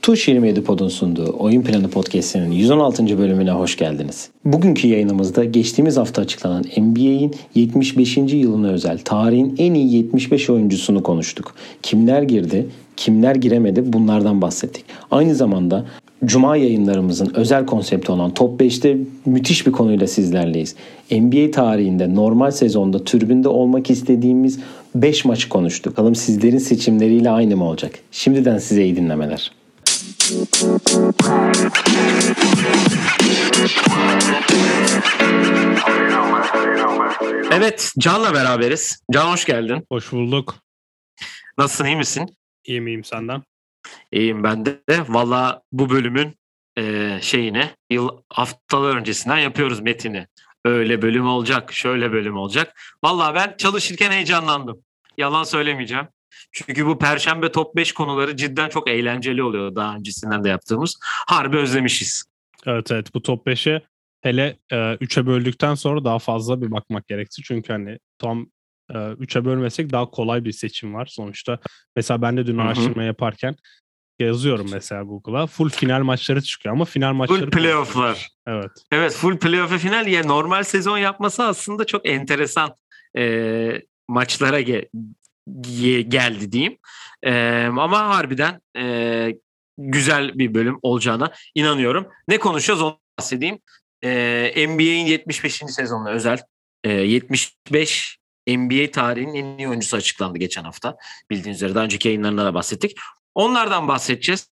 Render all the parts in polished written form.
Tuş 27 Pod'un sunduğu Oyun Planı Podcast'inin 116. bölümüne hoş geldiniz. Bugünkü yayınımızda geçtiğimiz hafta açıklanan NBA'in 75. yılına özel tarihin en iyi 75 oyuncusunu konuştuk. Kimler girdi, kimler giremedi bunlardan bahsettik. Aynı zamanda Cuma yayınlarımızın özel konsepti olan Top 5'te müthiş bir konuyla sizlerleyiz. NBA tarihinde normal sezonda tribünde olmak istediğimiz 5 maçı konuştuk. Bakalım sizlerin seçimleriyle aynı mı olacak? Şimdiden size iyi dinlemeler. Evet, Can'la beraberiz. Can hoş geldin. Hoş bulduk. Nasılsın, iyi misin? İyiyim senden? İyiyim ben de. Valla bu bölümün haftalar öncesinden yapıyoruz metini. Öyle bölüm olacak, şöyle bölüm olacak. Valla ben çalışırken heyecanlandım. Yalan söylemeyeceğim. Çünkü bu Perşembe Top 5 konuları cidden çok eğlenceli oluyor daha öncesinden de yaptığımız. Harbi özlemişiz. Evet bu Top 5'e hele 3'e böldükten sonra daha fazla bir bakmak gerekti. Çünkü hani tam 3'e bölmesek daha kolay bir seçim var. Sonuçta mesela ben de dün araştırma yaparken yazıyorum mesela Google'a. Full final maçları çıkıyor ama final maçları... Full playoff'lar. Evet. Evet, full playoff ve final. Yani normal sezon yapması aslında çok enteresan maçlara geldi diyeyim. Ama harbiden güzel bir bölüm olacağına inanıyorum. Ne konuşacağız onu bahsedeyim. NBA'in 75. sezonuna özel 75 NBA tarihinin en iyi oyuncusu açıklandı geçen hafta. Bildiğiniz üzere daha önceki yayınlarında da bahsettik. Onlardan bahsedeceğiz.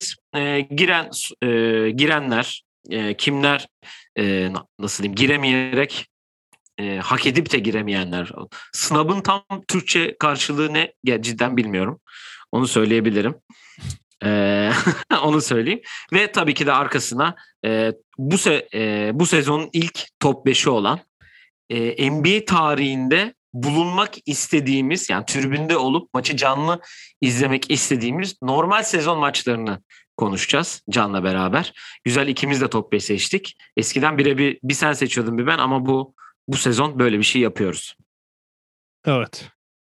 Girenler, kimler nasıl diyeyim giremeyerek hak edip de giremeyenler. Snub'ın tam Türkçe karşılığı ne? Cidden bilmiyorum. Onu söyleyebilirim. Onu söyleyeyim. Ve tabii ki de arkasına bu sezonun ilk top 5'i olan NBA tarihinde bulunmak istediğimiz, yani tribünde olup maçı canlı izlemek istediğimiz normal sezon maçlarını konuşacağız Can'la beraber. Güzel, ikimiz de top 5 seçtik. Eskiden birebir bir sen seçiyordun bir ben, ama bu sezon böyle bir şey yapıyoruz. Evet.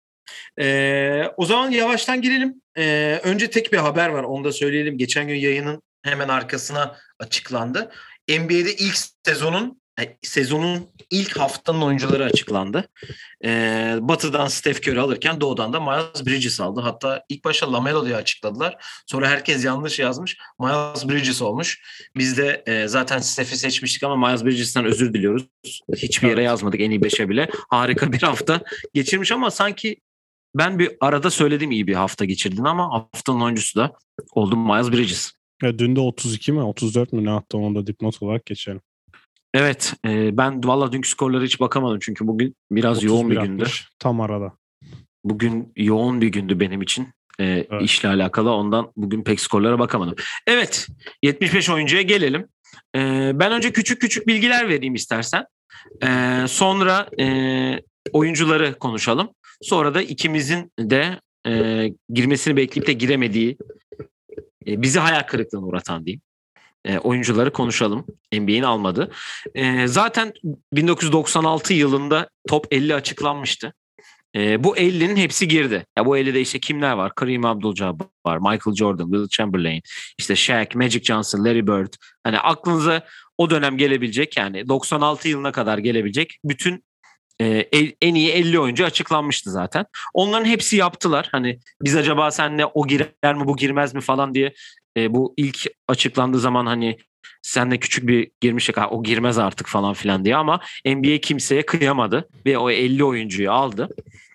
O zaman yavaştan girelim. Önce tek bir haber var, onu da söyleyelim. Geçen gün yayının hemen arkasına açıklandı. NBA'de ilk sezonun ilk haftanın oyuncuları açıklandı. Batı'dan Steph Curry alırken doğudan da Miles Bridges aldı. Hatta ilk başta LaMelo diye açıkladılar. Sonra herkes yanlış yazmış. Miles Bridges olmuş. Biz de zaten Steph'i seçmiştik ama Miles Bridges'ten özür diliyoruz. Hiçbir yere yazmadık, en iyi 5'e bile. Harika bir hafta geçirmiş ama sanki ben bir arada söyledim iyi bir hafta geçirdin, ama haftanın oyuncusu da oldu Miles Bridges. Dün de 32 mi 34 mi ne attı, onu da dipnot olarak geçelim. Evet, ben valla dünkü skorlara hiç bakamadım çünkü bugün biraz yoğun bir gündü. Tam arada. Bugün yoğun bir gündü benim için evet. İşle alakalı, ondan bugün pek skorlara bakamadım. Evet, 75 oyuncuya gelelim. Ben önce küçük bilgiler vereyim istersen. Sonra oyuncuları konuşalım. Sonra da ikimizin de girmesini bekleyip de giremediği, bizi hayal kırıklığına uğratan diyeyim. Oyuncuları konuşalım. NBA'nin almadı. Zaten 1996 yılında Top 50 açıklanmıştı. Bu 50'nin hepsi girdi. Ya bu 50'de işte kimler var? Kareem Abdul-Jabbar, Michael Jordan, Will Chamberlain, işte Shaq, Magic Johnson, Larry Bird. Hani aklınıza o dönem gelebilecek, yani 96 yılına kadar gelebilecek bütün en iyi 50 oyuncu açıklanmıştı zaten. Onların hepsi yaptılar. Hani biz acaba senle o girer mi bu girmez mi falan diye bu ilk açıklandığı zaman hani senle küçük bir girmiştik, o girmez artık falan filan diye, ama NBA kimseye kıyamadı ve o 50 oyuncuyu aldı.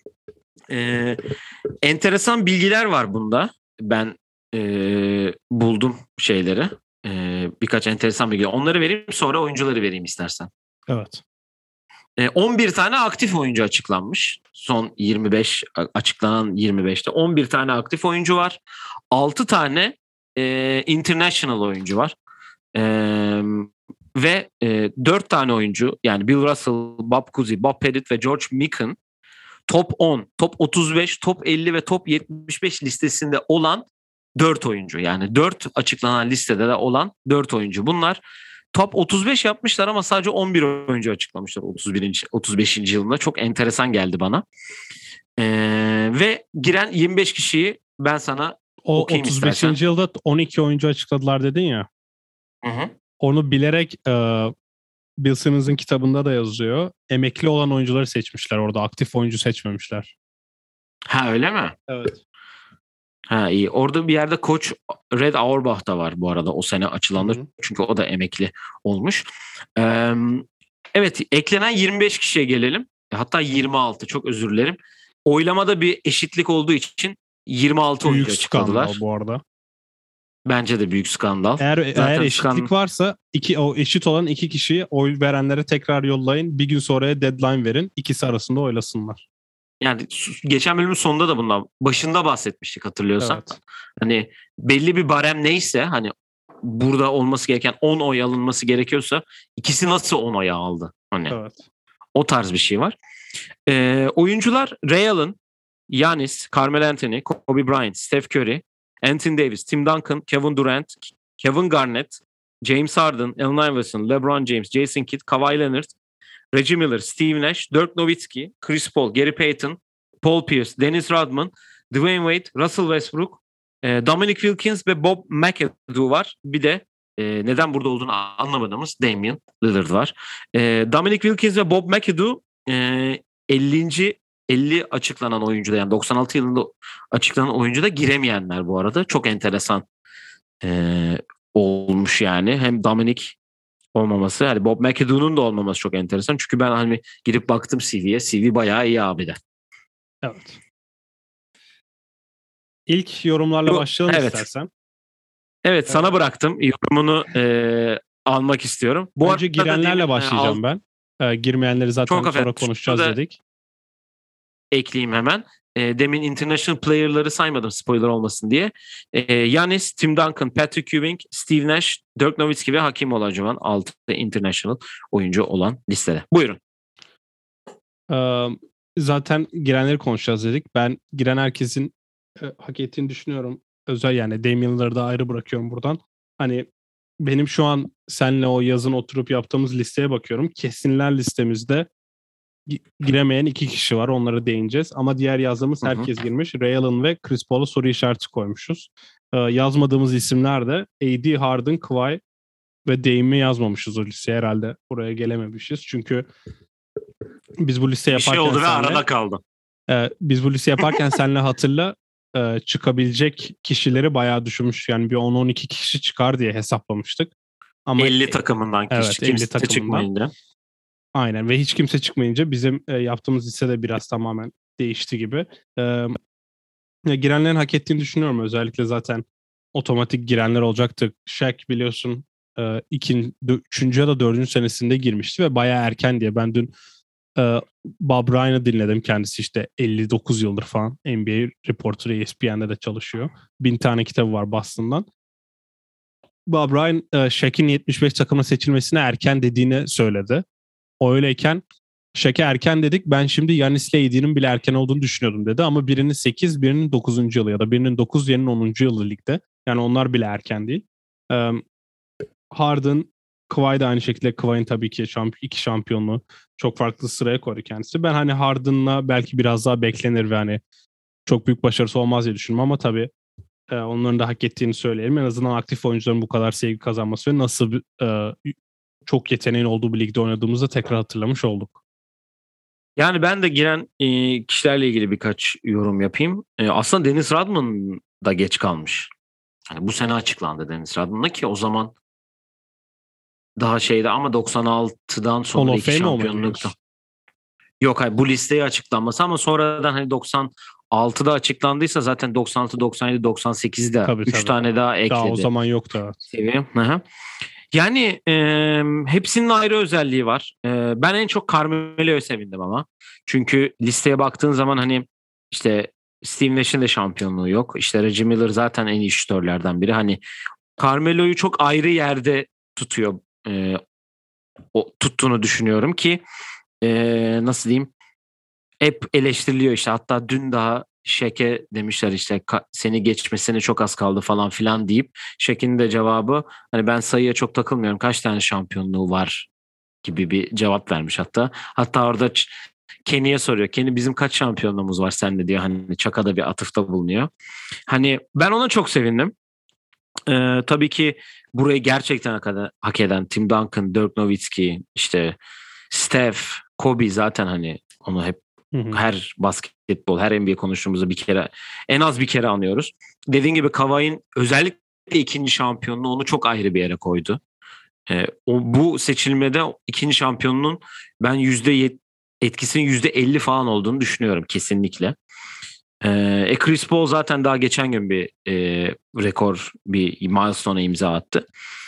Enteresan bilgiler var bunda. Ben buldum şeyleri. Birkaç enteresan bilgi. Onları vereyim, sonra oyuncuları vereyim istersen. Evet. 11 tane aktif oyuncu açıklanmış. Son 25 açıklanan 25'te 11 tane aktif oyuncu var. 6 tane international oyuncu var. Ve 4 tane oyuncu, yani Bill Russell, Bob Cousy, Bob Pettit ve George Mikan top 10, top 35, top 50 ve top 75 listesinde olan 4 oyuncu. Yani 4 açıklanan listede de olan 4 oyuncu. Bunlar top 35 yapmışlar ama sadece 11 oyuncu açıklamışlar 35. yılında. Çok enteresan geldi bana. Ve giren 25 kişiyi ben sana O okuyayım 35. istersen. yılda 12 oyuncu açıkladılar dedin ya. Hı. Onu bilerek Bill Simmons'ın kitabında da yazıyor. Emekli olan oyuncuları seçmişler orada. Aktif oyuncu seçmemişler. Ha, öyle mi? Evet. Ha, iyi. Orada bir yerde koç Red Auerbach da var bu arada o sene açılanda. Hı-hı. Çünkü o da emekli olmuş. Evet, eklenen 25 kişiye gelelim. Hatta 26, çok özür dilerim. Oylamada bir eşitlik olduğu için 26 Büyük oyuncu açıkladılar. skandal bu arada. Bence de büyük skandal. Eğer eşitlik varsa o eşit olan iki kişiyi oy verenlere tekrar yollayın. Bir gün sonraya deadline verin. İkisi arasında oylasınlar. Yani geçen bölümün sonunda da bundan başında bahsetmiştik, hatırlıyorsan. Evet. Hani belli bir barem neyse, hani burada olması gereken 10 oy alınması gerekiyorsa ikisi nasıl 10 oy aldı? Hani Evet. o tarz bir şey var. Oyuncular Ray Allen, Giannis, Carmelo Anthony, Kobe Bryant, Steph Curry, Anthony Davis, Tim Duncan, Kevin Durant, Kevin Garnett, James Harden, Allen Iverson, LeBron James, Jason Kidd, Kawhi Leonard, Reggie Miller, Steve Nash, Dirk Nowitzki, Chris Paul, Gary Payton, Paul Pierce, Dennis Rodman, Dwayne Wade, Russell Westbrook, Dominic Wilkins ve Bob McAdoo var. Bir de neden burada olduğunu anlamadığımız Damian Lillard var. Dominic Wilkins ve Bob McAdoo 50 açıklanan oyuncuda, yani 96 yılında açıklanan oyuncuda giremeyenler bu arada. Çok enteresan olmuş yani. Hem Dominic olmaması, yani Bob McAdoo'nun da olmaması çok enteresan. Çünkü ben hani girip baktım CV'ye. CV bayağı iyi abi de. Evet. İlk yorumlarla başlayalım istersen. Evet, sana bıraktım. Yorumunu almak istiyorum. Bu önce girenlerle başlayacağım ben. Girmeyenleri zaten sonra konuşacağız dedik. Ekleyeyim hemen. Demin international player'ları saymadım spoiler olmasın diye. Giannis, Tim Duncan, Patrick Ewing, Steve Nash, Dirk Nowitzki ve Hakim Olajuwon 6 international oyuncu olan listede. Buyurun. Zaten girenleri konuşacağız dedik. Ben giren herkesin hak ettiğini düşünüyorum. Özel yani Damian Lillard'ı da ayrı bırakıyorum buradan. Hani benim şu an seninle o yazın oturup yaptığımız listeye bakıyorum. Kesinler listemizde giremeyen 2 kişi var. Onlara değineceğiz. Ama diğer yazdığımız herkes girmiş. Ray Allen ve Chris Paul'a soru işareti koymuşuz. Yazmadığımız isimler de AD, Harden, Kawhi ve Dame'i yazmamışız o listeye. Herhalde buraya gelememişiz. Çünkü biz bu liste yaparken bir şey oldu ve arada kaldı. Biz bu liste yaparken seninle hatırla çıkabilecek kişileri bayağı düşünmüş. Yani bir 10-12 kişi çıkar diye hesaplamıştık. Ama 50 takımından kişi. Evet, 50 takımından. Çıkmayınca. Aynen, ve hiç kimse çıkmayınca bizim yaptığımız liste de biraz tamamen değişti gibi. Girenlerin hak ettiğini düşünüyorum. Özellikle zaten otomatik girenler olacaktı. Shaq biliyorsun 3. ya da 4. senesinde girmişti ve bayağı erken diye. Ben dün Bob Ryan'ı dinledim. Kendisi işte 59 yıldır falan NBA reporterı, ESPN'de de çalışıyor. 1000 tane kitabı var Boston'dan. Bob Ryan Shaq'in 75 takıma seçilmesine erken dediğini söyledi. Öyleyken Shaq'e erken dedik. Ben şimdi Giannis'le AD'nin bile erken olduğunu düşünüyordum dedi. Ama birinin 8, birinin 9. yılı ya da birinin 9, diğerinin 10. yılı ligde. Yani onlar bile erken değil. Harden, Kawhi da aynı şekilde. Kawhi'nin tabii ki 2 şampiyonluğu çok farklı sıraya koydu kendisi. Ben hani Harden'la belki biraz daha beklenir ve hani çok büyük başarısı olmaz diye düşünüyorum ama tabii onların da hak ettiğini söyleyelim. En azından aktif oyuncuların bu kadar sevgi kazanması ve nasıl çok yeteneğin olduğu bir ligde oynadığımızda tekrar hatırlamış olduk. Yani ben de giren kişilerle ilgili birkaç yorum yapayım. Aslında Dennis Rodman da geç kalmış. Yani bu sene açıklandı Dennis Rodman'da, ki o zaman daha şeydi ama 96'dan sonra 2 şampiyonlukta. Yok, hayır, bu listeye açıklanması ama sonradan hani 96'da açıklandıysa zaten 96, 97, 98'de 3 tane daha ekledi. Daha o zaman yoktu. Yani hepsinin ayrı özelliği var. Ben en çok Carmelo'ya sevindim ama. Çünkü listeye baktığın zaman hani işte Steve Nash'in de şampiyonluğu yok. İşte Reggie Miller zaten en iyi şütörlerden biri. Hani Carmelo'yu çok ayrı yerde tutuyor. Tuttuğunu düşünüyorum ki nasıl diyeyim, hep eleştiriliyor işte. Hatta dün daha Shaq'e demişler işte seni geçmesine çok az kaldı falan filan deyip Shaq'in de cevabı hani ben sayıya çok takılmıyorum, kaç tane şampiyonluğu var gibi bir cevap vermiş hatta. Hatta orada Kenny'ye soruyor. Kenny bizim kaç şampiyonluğumuz var sende diyor. Hani Chuck'a da bir atıfta bulunuyor. Hani ben ona çok sevindim. Tabii ki burayı gerçekten hak eden Tim Duncan, Dirk Nowitzki, işte Steph, Kobe zaten hani onu hep her basketbol, her NBA konuştuğumuzda en az bir kere anıyoruz. Dediğin gibi Kawhi'nin özellikle ikinci şampiyonluğu onu çok ayrı bir yere koydu. Bu seçilmede ikinci şampiyonluğun ben etkisinin %50 falan olduğunu düşünüyorum kesinlikle. Chris Paul zaten daha geçen gün bir rekor, bir milestone'a imza attı.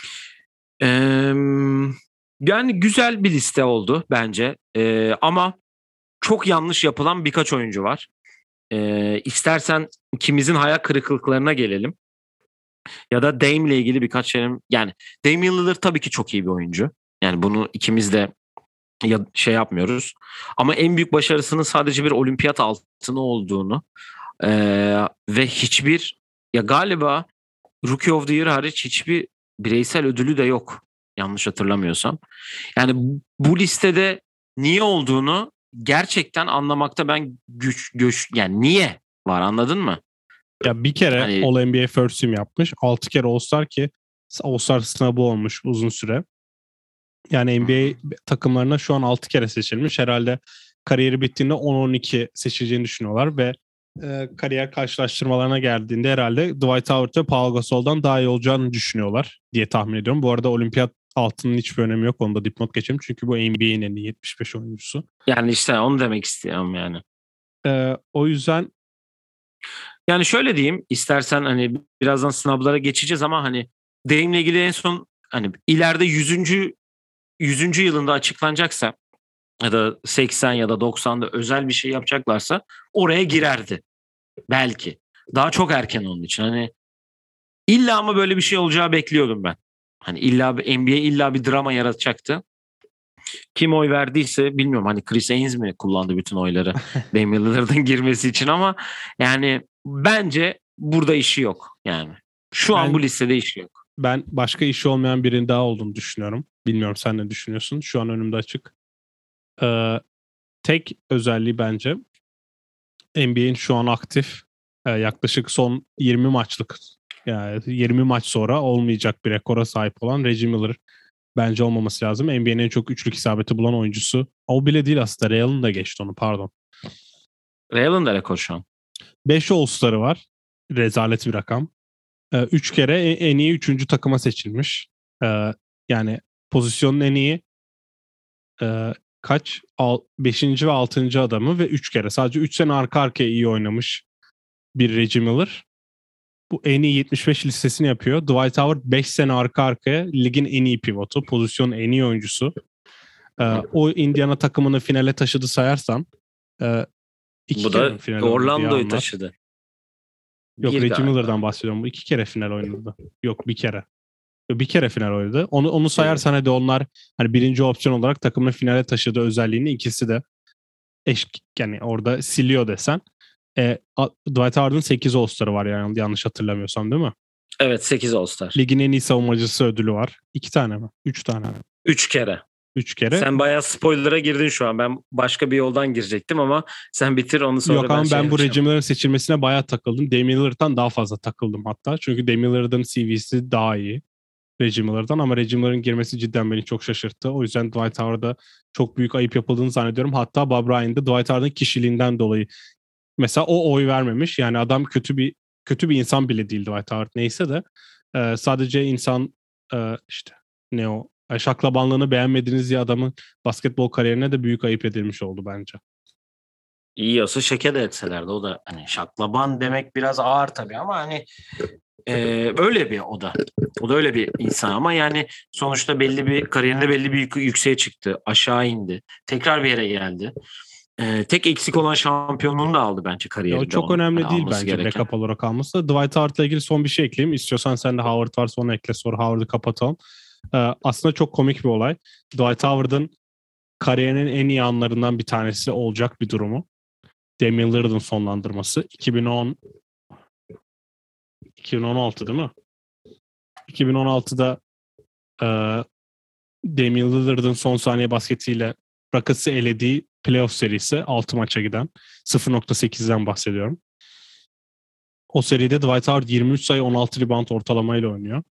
Yani güzel bir liste oldu bence. Ama çok yanlış yapılan birkaç oyuncu var. İstersen ikimizin hayal kırıklıklarına gelelim. Ya da Dame ile ilgili birkaç şeyim. Yani Damian Lillard tabii ki çok iyi bir oyuncu. Yani bunu ikimiz de yapmıyoruz. Ama en büyük başarısının sadece bir olimpiyat altını olduğunu ve galiba Rookie of the Year hariç hiçbir bireysel ödülü de yok. Yanlış hatırlamıyorsam. Yani bu listede niye olduğunu gerçekten anlamakta ben yani niye var, anladın mı? Ya bir kere hani, All-NBA First Team yapmış. 6 kere All-Star ki All-Star sınavı olmuş uzun süre. Yani NBA takımlarına şu an 6 kere seçilmiş. Herhalde kariyeri bittiğinde 10-12 seçileceğini düşünüyorlar ve kariyer karşılaştırmalarına geldiğinde herhalde Dwight Howard ve Paul Gasol'dan daha iyi olacağını düşünüyorlar diye tahmin ediyorum. Bu arada olimpiyat altının hiçbir önemi yok. Onu da dipnot geçelim. Çünkü bu NBA'nin en iyi 75 oyuncusu. Yani işte onu demek istiyorum yani. O yüzden yani şöyle diyeyim, istersen hani birazdan sınavlara geçeceğiz ama hani Dame'le ilgili en son hani ileride 100. yılında açıklanacaksa ya da 80 ya da 90'da özel bir şey yapacaklarsa oraya girerdi. Belki. Daha çok erken onun için. Hani illa ama böyle bir şey olacağı bekliyordum ben. Hani illa bir NBA illa bir drama yaratacaktı. Kim oy verdiyse bilmiyorum, hani Chris Haynes mi kullandı bütün oyları Damian Lillard'ın girmesi için, ama yani bence burada işi yok yani. Şu an bu listede işi yok. Ben başka işi olmayan birinin daha olduğunu düşünüyorum. Bilmiyorum sen ne düşünüyorsun? Şu an önümde açık. Tek özelliği bence NBA'in şu an aktif yaklaşık son 20 maçlık, yani 20 maç sonra olmayacak bir rekora sahip olan Reggie Miller bence olmaması lazım. NBA'nin en çok üçlük isabeti bulan oyuncusu. O bile değil aslında. Ray Allen da geçti onu, pardon. Ray Allen da rekor şu an. 5 All-Star'ı var. Rezalet bir rakam. 3 kere en iyi 3. takıma seçilmiş. Yani pozisyonun en iyi kaç? 5. ve 6. adamı ve 3 kere. Sadece 3 sene arka arkaya iyi oynamış bir Reggie Miller. Bu en iyi 75 listesini yapıyor. Dwight Howard 5 sene arka arkaya ligin en iyi pivotu. Pozisyonun en iyi oyuncusu. O Indiana takımını finale taşıdı sayarsan 2 Bu kere da final oynadı Orlando'yu taşıdı. Yok, Reggie Miller'dan bahsediyorum. Bu 2 kere final oynadı. Yok, bir kere. Bir kere final oynadı. Onu sayarsan hadi onlar hani birinci opsiyon olarak takımını finale taşıdığı özelliğini ikisi de yani orada siliyor desen. Dwight Howard'ın 8 All-Star'ı var yani yanlış hatırlamıyorsam, değil mi? Evet, 8 All-Star. Ligin en iyi savunmacısı ödülü var. 2 tane mi? 3 tane mi? 3 kere. 3 kere. Sen bayağı spoiler'a girdin şu an. Ben başka bir yoldan girecektim ama sen bitir onu, sonra Yok ama ben bu yapacağım. Reggie Miller'ın seçilmesine bayağı takıldım. Damian Lillard'dan daha fazla takıldım hatta. Çünkü Damian Lillard'ın CV'si daha iyi Reggie Miller'dan, ama Reggie Miller'ın girmesi cidden beni çok şaşırttı. O yüzden Dwight Howard'a çok büyük ayıp yapıldığını zannediyorum. Hatta Bob Ryan'da Dwight Howard'ın kişiliğinden dolayı mesela o oy vermemiş. Yani adam kötü bir insan bile değil Dwight Howard, neyse de sadece insan işte ne o şaklabanlığını beğenmediğiniz diye adamın basketbol kariyerine de büyük ayıp edilmiş oldu bence. İyi olsa şeke de etselerdi, o da hani şaklaban demek biraz ağır tabii ama hani öyle bir o da öyle bir insan, ama yani sonuçta kariyerinde belli bir yükseğe çıktı, aşağı indi, tekrar bir yere geldi. Tek eksik olan şampiyonluğunu da aldı bence kariyerinde. O çok önemli değil alması bence gereken. backup olarak alması. Dwight Howard'la ilgili son bir şey ekleyeyim. İstiyorsan sen de Howard varsa onu ekle, sonra Howard'ı kapatalım. Aslında çok komik bir olay. Dwight Howard'ın kariyerinin en iyi anlarından bir tanesi olacak bir durumu. Damian Lillard'ın sonlandırması. 2016 değil mi? 2016'da Damian Lillard'ın son saniye basketiyle Rockets'ı elediği playoff serisi 6 maça giden 0.8'den bahsediyorum. O seride Dwight Howard 23 sayı 16 rebound ortalamayla oynuyor.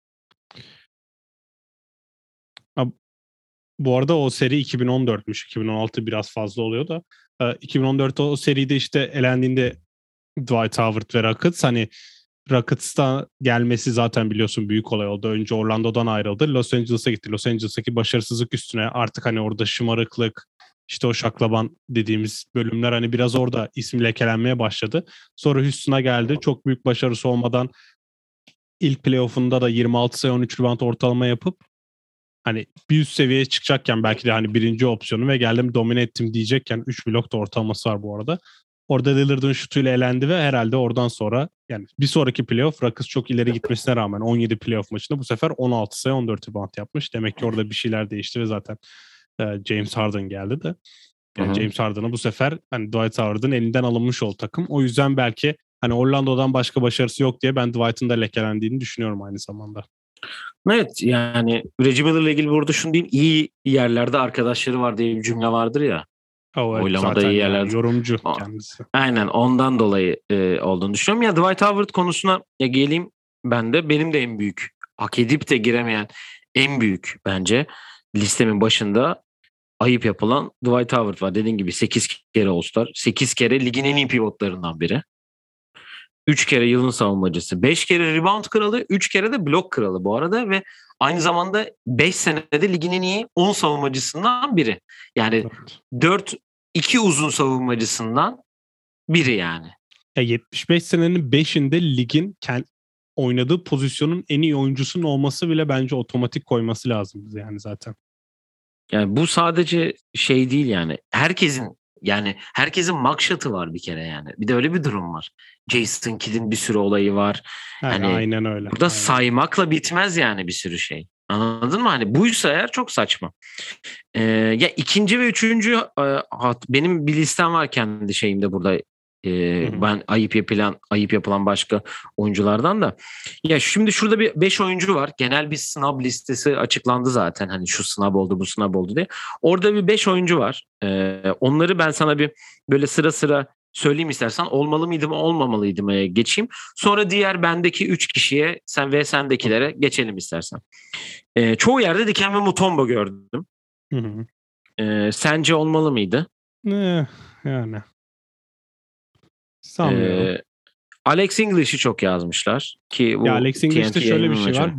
Bu arada o seri 2014'müş. 2016 biraz fazla oluyor da. 2014'te o seride işte elendiğinde Dwight Howard ve Rockets, hani Rockets'ta gelmesi zaten biliyorsun büyük olay oldu. Önce Orlando'dan ayrıldı. Los Angeles'a gitti. Los Angeles'taki başarısızlık üstüne artık hani orada şımarıklık, işte o şaklaban dediğimiz bölümler hani biraz orada ismi lekelenmeye başladı. Sonra Houston'a geldi. Çok büyük başarısı olmadan ilk playoff'unda da 26 sayı 13 rebound ortalama yapıp hani bir üst seviyeye çıkacakken belki de hani birinci opsiyonu ve geldim domine ettim diyecekken 3 blok da ortalaması var bu arada. Orada Lillard'ın şutuyla elendi ve herhalde oradan sonra yani bir sonraki playoff Rockets çok ileri gitmesine rağmen 17 playoff maçında bu sefer 16 sayı 14 rebound yapmış. Demek ki orada bir şeyler değişti ve zaten James Harden geldi de. Yani James Harden'a bu sefer hani Dwight Howard'ın elinden alınmış oldu takım. O yüzden belki hani Orlando'dan başka başarısı yok diye ben Dwight'ın da lekelendiğini düşünüyorum aynı zamanda. Evet, yani Reggie Miller'la ilgili burada şunu diyeyim, iyi yerlerde arkadaşları var diye bir cümle vardır ya. Evet, oylamada iyi yerlerde. Yani yorumcu kendisi. Aynen, ondan dolayı olduğunu düşünüyorum. Ya Dwight Howard konusuna geleyim ben de. Benim de en büyük, hak edip de giremeyen en büyük bence listemin başında ayıp yapılan Dwight Howard var. Dediğin gibi 8 kere All-Star, 8 kere ligin en iyi pivotlarından biri. 3 kere yılın savunmacısı, 5 kere rebound kralı, 3 kere de blok kralı bu arada ve aynı zamanda 5 senede ligin en iyi 10 savunmacısından biri. Yani 2 uzun savunmacısından biri yani. Ya 75 senenin 5'inde ligin oynadığı pozisyonun en iyi oyuncusunun olması bile bence otomatik koyması lazım bize yani zaten. Yani bu sadece şey değil yani. Herkesin mugshot'ı var bir kere yani. Bir de öyle bir durum var. Jason Kidd'in bir sürü olayı var. Yani aynen öyle. Burada saymakla bitmez yani bir sürü şey. Anladın mı? Hani buysa eğer çok saçma. Ya ikinci ve üçüncü benim bir listem var kendi şeyimde burada. Ben ayıp yapılan başka oyunculardan da. Ya şimdi şurada bir 5 oyuncu var. Genel bir snub listesi açıklandı zaten. Hani şu snub oldu, bu snub oldu diye. Orada bir 5 oyuncu var. Onları ben sana bir böyle sıra sıra söyleyeyim istersen. Olmalı mıydım, olmamalıydım geçeyim. Sonra diğer bendeki 3 kişiye ve sendekilere geçelim istersen. Çoğu yerde Dikembe Mutombo gördüm. Sence olmalı mıydı? Yani. Sanmıyorum. Alex English'i çok yazmışlar ki bu Alex English'te şöyle bir şey var.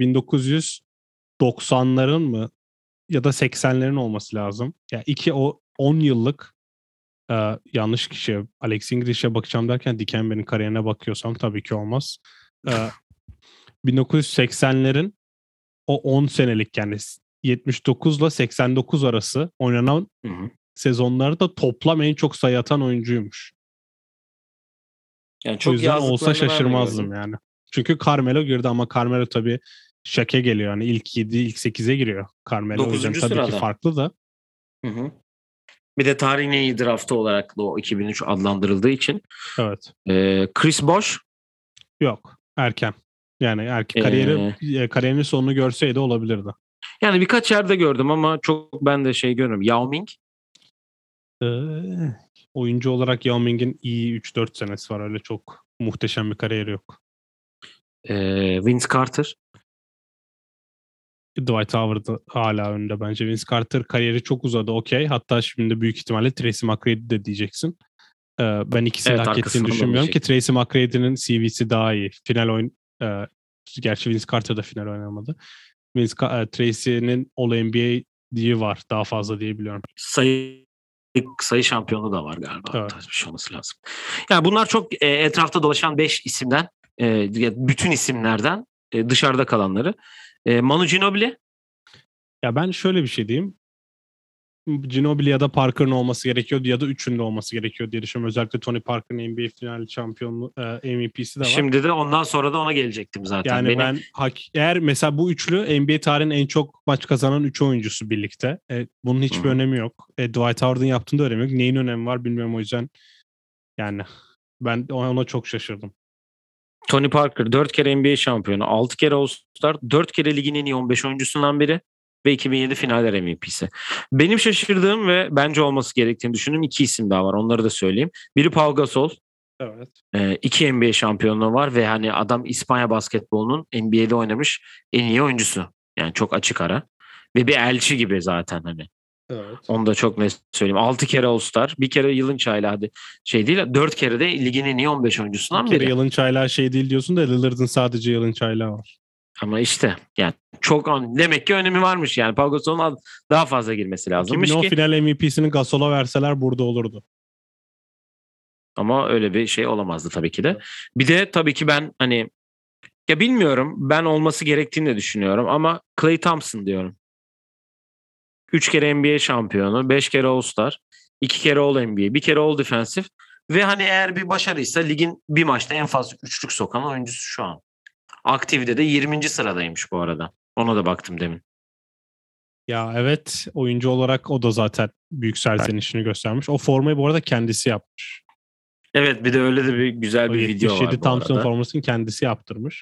1990'ların mı ya da 80'lerin olması lazım. Ya 10 yıllık yanlış kişi. Alex English'e bakacağım derken Dikembe'nin kariyerine bakıyorsam tabii ki olmaz. 1980'lerin o 10 senelik yani 79 ile 89 arası oynanan sezonlarda toplam en çok sayı atan oyuncuymuş. Yani çok o yüzden olsa şaşırmazdım yani. Çünkü Carmelo girdi ama Carmelo tabii şake geliyor. Yani ilk 7, ilk 8'e giriyor Carmelo. 9. O yüzden sırada. tabii ki farklı da. Bir de tarihin en iyi draftı olarak da o 2003 adlandırıldığı için. Evet. Chris Bosh? Yok. Erken. Yani kariyerinin sonunu görseydi olabilirdi. Yani birkaç yerde gördüm ama çok ben de görüyorum. Yao Ming? Oyuncu olarak Yao Ming'in iyi 3-4 senesi var. Öyle çok muhteşem bir kariyeri yok. Vince Carter? Dwight Howard hala önde bence. Vince Carter kariyeri çok uzadı, okey. Hatta şimdi büyük ihtimalle Tracy McGrady de diyeceksin. Ben ikisini de hak ettiğini düşünmüyorum ki Tracy McGrady'nin CV'si daha iyi. Gerçi Vince Carter da final oynamadı. Tracy'nin All-NBA'liği var daha fazla diye biliyorum. Sayı şampiyonu da var galiba. Evet. Bir şey olması lazım. Yani bunlar çok etrafta dolaşan 5 isimden, bütün isimlerden dışarıda kalanları. Manu Ginobili? Ya ben şöyle bir şey diyeyim. Ginobili ya da Parker'ın olması gerekiyordu ya da üçünde olması gerekiyor diye düşünüyorum. Özellikle Tony Parker'ın NBA finali şampiyonluğu MVP'si de var. Şimdi de ondan sonra da ona gelecektim zaten. Yani eğer mesela bu üçlü NBA tarihinin en çok maç kazanan 3 oyuncusu birlikte. Bunun hiçbir önemi yok. Dwight Howard'ın yaptığında önemi yok. Neyin önemi var bilmiyorum, o yüzden. Yani ben ona çok şaşırdım. Tony Parker 4 kere NBA şampiyonu, 6 kere All-Star, 4 kere ligin en iyi 15 oyuncusundan biri. ve 2007 finaller MVP'si. Benim şaşırdığım ve bence olması gerektiğini düşündüğüm 2 isim daha var. Onları da söyleyeyim. Biri Pau Gasol. Evet. 2 NBA şampiyonluğu var ve hani adam İspanya basketbolunun NBA'de oynamış en iyi oyuncusu. Yani çok açık ara. Ve bir elçi gibi zaten hani. Evet. Onu da çok net söyleyeyim. 6 kere All-Star, bir kere yılın çaylağı, hadi şey değil, 4 kere de ligin en iyi 15 oyuncusundan Bir kere biri. yılın çaylağı şey değil diyorsun da Lillard'ın sadece yılın çaylağı var. Ama işte yani çok demek ki önemi varmış yani. Pau Gasol'un daha fazla girmesi lazımmış 2010 ki. final MVP'sini Gasol'a verseler burada olurdu. Ama öyle bir şey olamazdı tabii ki de. Bir de tabii ki ben hani ya bilmiyorum, ben olması gerektiğini de düşünüyorum ama Klay Thompson diyorum. 3 kere NBA şampiyonu, 5 kere All-Star, 2 kere All-NBA, bir kere All-Defensive ve hani eğer bir başarıysa ligin bir maçta en fazla üçlük sokan oyuncusu şu an. Aktivde de 20. sıradaymış bu arada. Ona da baktım demin. Ya evet, oyuncu olarak o da zaten büyük serzenişini göstermiş. O formayı bu arada kendisi yapmış. Evet, bir de öyle de bir güzel O bir video 77 var bu Thompson arada. formasını kendisi yaptırmış.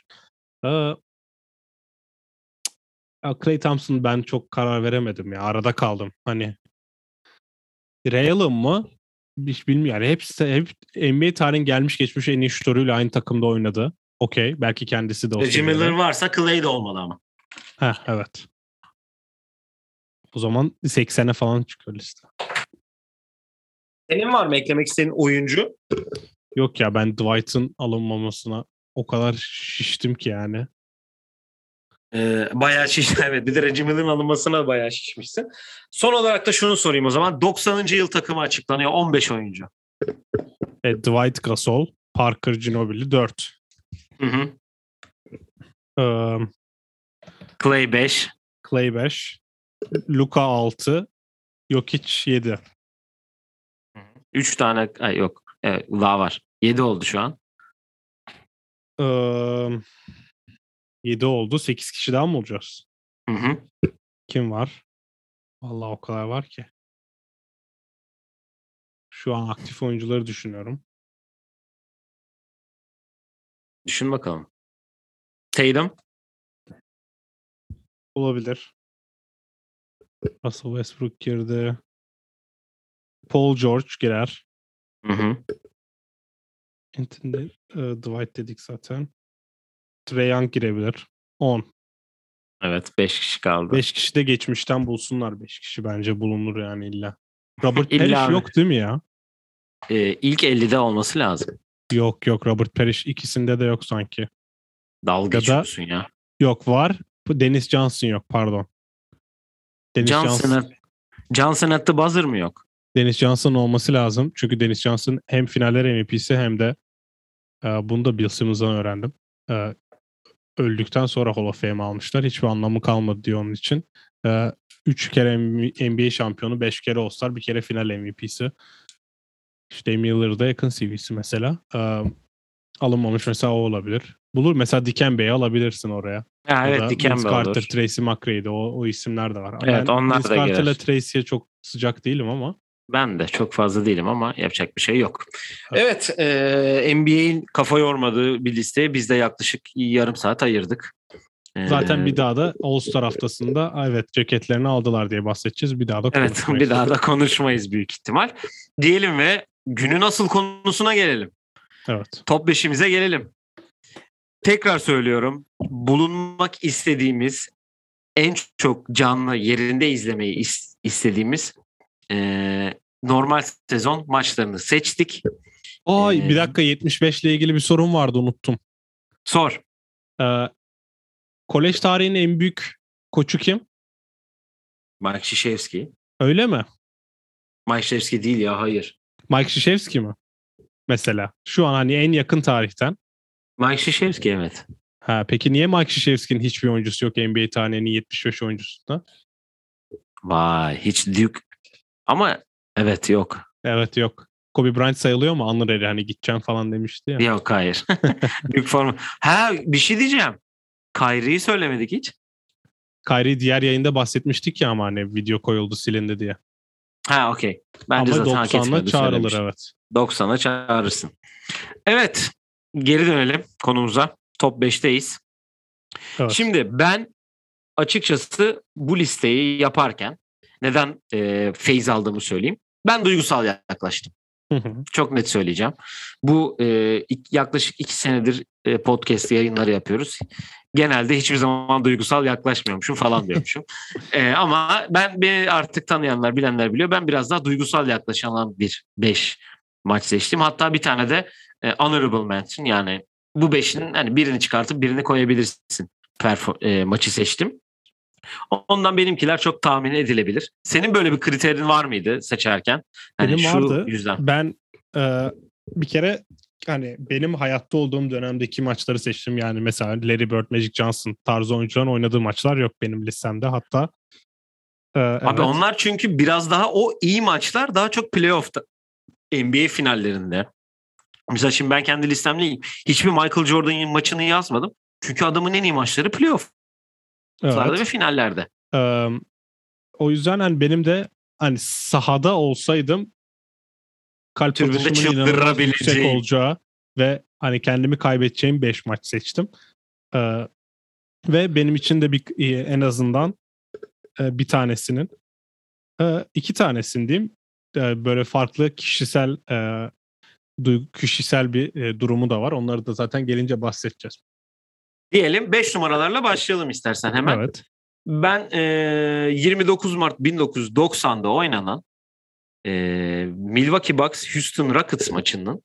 Klay Thompson ben çok karar veremedim ya. Arada kaldım. Hani Real'ım mı? Hiç bilmiyorum. Yani hep NBA tarihin gelmiş geçmiş en iyi şutörüyle aynı takımda oynadı. Okey. Belki kendisi de o Reggie Miller seviyede. varsa Clay de olmalı ama. Heh, evet. O zaman 80'e falan çıkıyor liste. Senin var mı eklemek istediğin oyuncu? Yok ya, ben Dwight'ın alınmamasına o kadar şiştim ki yani. Bayağı şiş. Evet, bir de Reggie Miller'ın alınmasına bayağı şişmişsin. Son olarak da şunu sorayım o zaman. 90. yıl takımı açıklanıyor. 15 oyuncu. Dwight Gasol, Parker Ginobili 4. Hı hı. Ee, Clay 5. Clay 5. Luka 6. Jokic 7. 3 tane yok. Evet, daha var. 7 oldu şu an. 7 oldu. 8 kişi daha mı olacağız? Hı hı. Kim var? Vallahi o kadar var ki. Şu an aktif oyuncuları düşünüyorum. Düşün bakalım. Tatum. Olabilir. Russell Westbrook girdi. Paul George girer. Hı hı. Anthony, Dwight dedik zaten. Trae Young girebilir. 10. Evet, 5 kişi kaldı. 5 kişi de geçmişten bulsunlar. 5 kişi bence bulunur yani illa. Robert İlla Parrish abi. yok değil mi ya? İlk 50'de olması lazım. Yok, Robert Parrish ikisinde de yok sanki. Dalga Ya da geçiyorsun ya. yok var. Dennis Johnson yok, pardon. Johnson at the buzzer mı yok? Dennis Johnson olması lazım. Çünkü Dennis Johnson hem finaller MVP'si hem de bunu da Bill Simmons'dan öğrendim. Öldükten sonra Hall of Fame almışlar. Hiçbir anlamı kalmadı diyor onun için. 3 kere NBA şampiyonu, 5 kere All-Star, bir kere final MVP'si. İşte Miller'da yakın CV'si mesela. Alınmamış mesela o olabilir. Bulur mesela Dikembe'yi alabilirsin oraya. Ha, Ya evet, da Vince Dikembe Carter, olur. Tracy McGrady o isimler de var. Evet, Ben onlar Vince da Carter'la girer. Tracy'ye çok sıcak değilim ama. Ben de çok fazla değilim ama yapacak bir şey yok. Evet. Evet, NBA'in kafa yormadığı bir listeye biz de yaklaşık yarım saat ayırdık. Zaten bir daha da All-Star haftasında evet ceketlerini aldılar diye bahsedeceğiz. Bir daha da Evet, konuşmayız. bir daha da konuşmayız büyük ihtimal. Diyelim ve günün asıl konusuna gelelim. Evet. Top 5'imize gelelim. Tekrar söylüyorum. Bulunmak istediğimiz, en çok canlı yerinde izlemeyi istediğimiz normal sezon maçlarını seçtik. Bir dakika, 75 ile ilgili bir sorun vardı, unuttum. Sor. Kolej tarihinin en büyük koçu kim? Mike Krzyzewski. Öyle mi? Mike Krzyzewski değil ya, hayır. Mike Krzyzewski mi? Mesela. Şu an hani en yakın tarihten. Mike Krzyzewski, evet. Peki niye Mike Krzyzewski'nin hiçbir oyuncusu yok NBA tarihinin 75 oyuncusunda? Vay, hiç Duke. Ama evet, yok. Evet, yok. Kobe Bryant sayılıyor mu? Anır hani gideceğim falan demişti ya. Yok, hayır. Duke formu. Bir şey diyeceğim. Kyrie'yi söylemedik hiç. Kyrie diğer yayında bahsetmiştik ya ama hani video koyuldu silindi diye. Okey. Bence Ama zaten hak 90'la etmiyordu, çağrılır söylemiş. evet. 90'a çağırırsın. Evet. Geri dönelim konumuza. Top 5'teyiz. Evet. Şimdi ben açıkçası bu listeyi yaparken neden feyz aldığımı söyleyeyim. Ben duygusal yaklaştım. Çok net söyleyeceğim. Bu yaklaşık 2 senedir podcast yayınları yapıyoruz. Genelde hiçbir zaman duygusal yaklaşmıyormuşum falan diyormuşum. Ama beni artık tanıyanlar, bilenler biliyor. Ben biraz daha duygusal yaklaşan bir 5 maç seçtim. Hatta bir tane de honorable mention, yani bu 5'in hani birini çıkartıp birini koyabilirsin maçı seçtim. Ondan benimkiler çok tahmin edilebilir. Senin böyle bir kriterin var mıydı seçerken? Hani benim vardı. Yüzden. Ben bir kere hani benim hayatta olduğum dönemdeki maçları seçtim. Yani mesela Larry Bird, Magic Johnson tarzı oyuncuların oynadığı maçlar yok benim listemde. Hatta abi evet. Onlar çünkü biraz daha o iyi maçlar daha çok playoff'ta, NBA finallerinde. Mesela şimdi ben kendi listemle hiçbir Michael Jordan'ın maçını yazmadım. Çünkü adamın en iyi maçları playoff'larda evet. Ve finallerde. O yüzden hani benim de hani sahada olsaydım kalp atışımın inanılmaz yüksek olacağı ve hani kendimi kaybedeceğim 5 maç seçtim. Ve benim için de en azından bir tanesinin 2 tanesini diyeyim böyle farklı kişisel bir durumu da var. Onları da zaten gelince bahsedeceğiz. Diyelim 5 numaralarla başlayalım istersen hemen. Evet. Ben 29 Mart 1990'da oynanan Milwaukee Bucks Houston Rockets maçının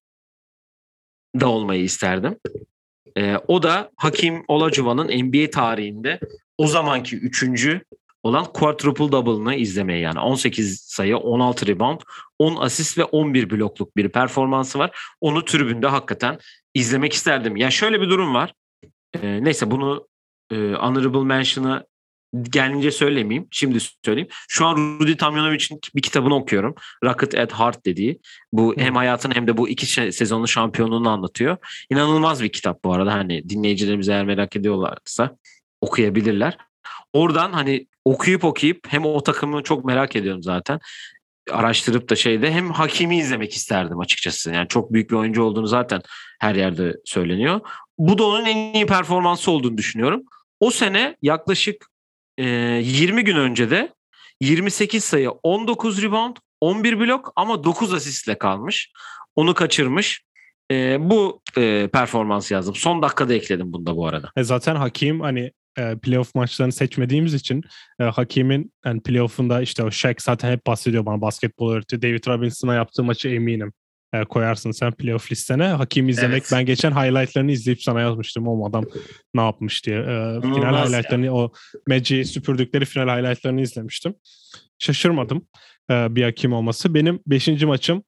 da olmayı isterdim. O da Hakeem Olajuwon'un NBA tarihinde o zamanki 3. olan quadruple double'ını izlemeye, yani 18 sayı, 16 rebound, 10 asist ve 11 blokluk bir performansı var. Onu tribünde hakikaten izlemek isterdim. Ya şöyle bir durum var. Neyse bunu honorable mention'a gelince söylemeyeyim. Şimdi söyleyeyim. Şu an Rudy Tomjanovic'in bir kitabını okuyorum. Rocket at Heart dediği. Bu hem hayatını hem de bu 2 sezonlu şampiyonluğunu anlatıyor. İnanılmaz bir kitap bu arada. Hani dinleyicilerimiz eğer merak ediyorlarsa okuyabilirler. Oradan hani okuyup hem o takımı çok merak ediyorum zaten. Araştırıp da hem Hakim'i izlemek isterdim açıkçası. Yani çok büyük bir oyuncu olduğunu zaten her yerde söyleniyor. Bu da onun en iyi performansı olduğunu düşünüyorum. O sene yaklaşık 20 gün önce de 28 sayı, 19 rebound, 11 blok ama 9 asistle kalmış. Onu kaçırmış. Bu performansı yazdım. Son dakikada ekledim bunu da bu arada. Zaten Hakim hani playoff maçlarını seçmediğimiz için Hakim'in yani playoff'unda işte o Shaq zaten hep bahsediyor bana, basketbol öğretiyor. David Robinson'a yaptığı maçı eminim koyarsın sen playoff listene. Hakim'i izlemek, evet. Ben geçen highlightlarını izleyip sana yazmıştım o adam ne yapmış diye. Final highlightlarını ya. O Magic'i süpürdükleri final highlightlarını izlemiştim. Şaşırmadım bir Hakim olması. Benim 5. maçım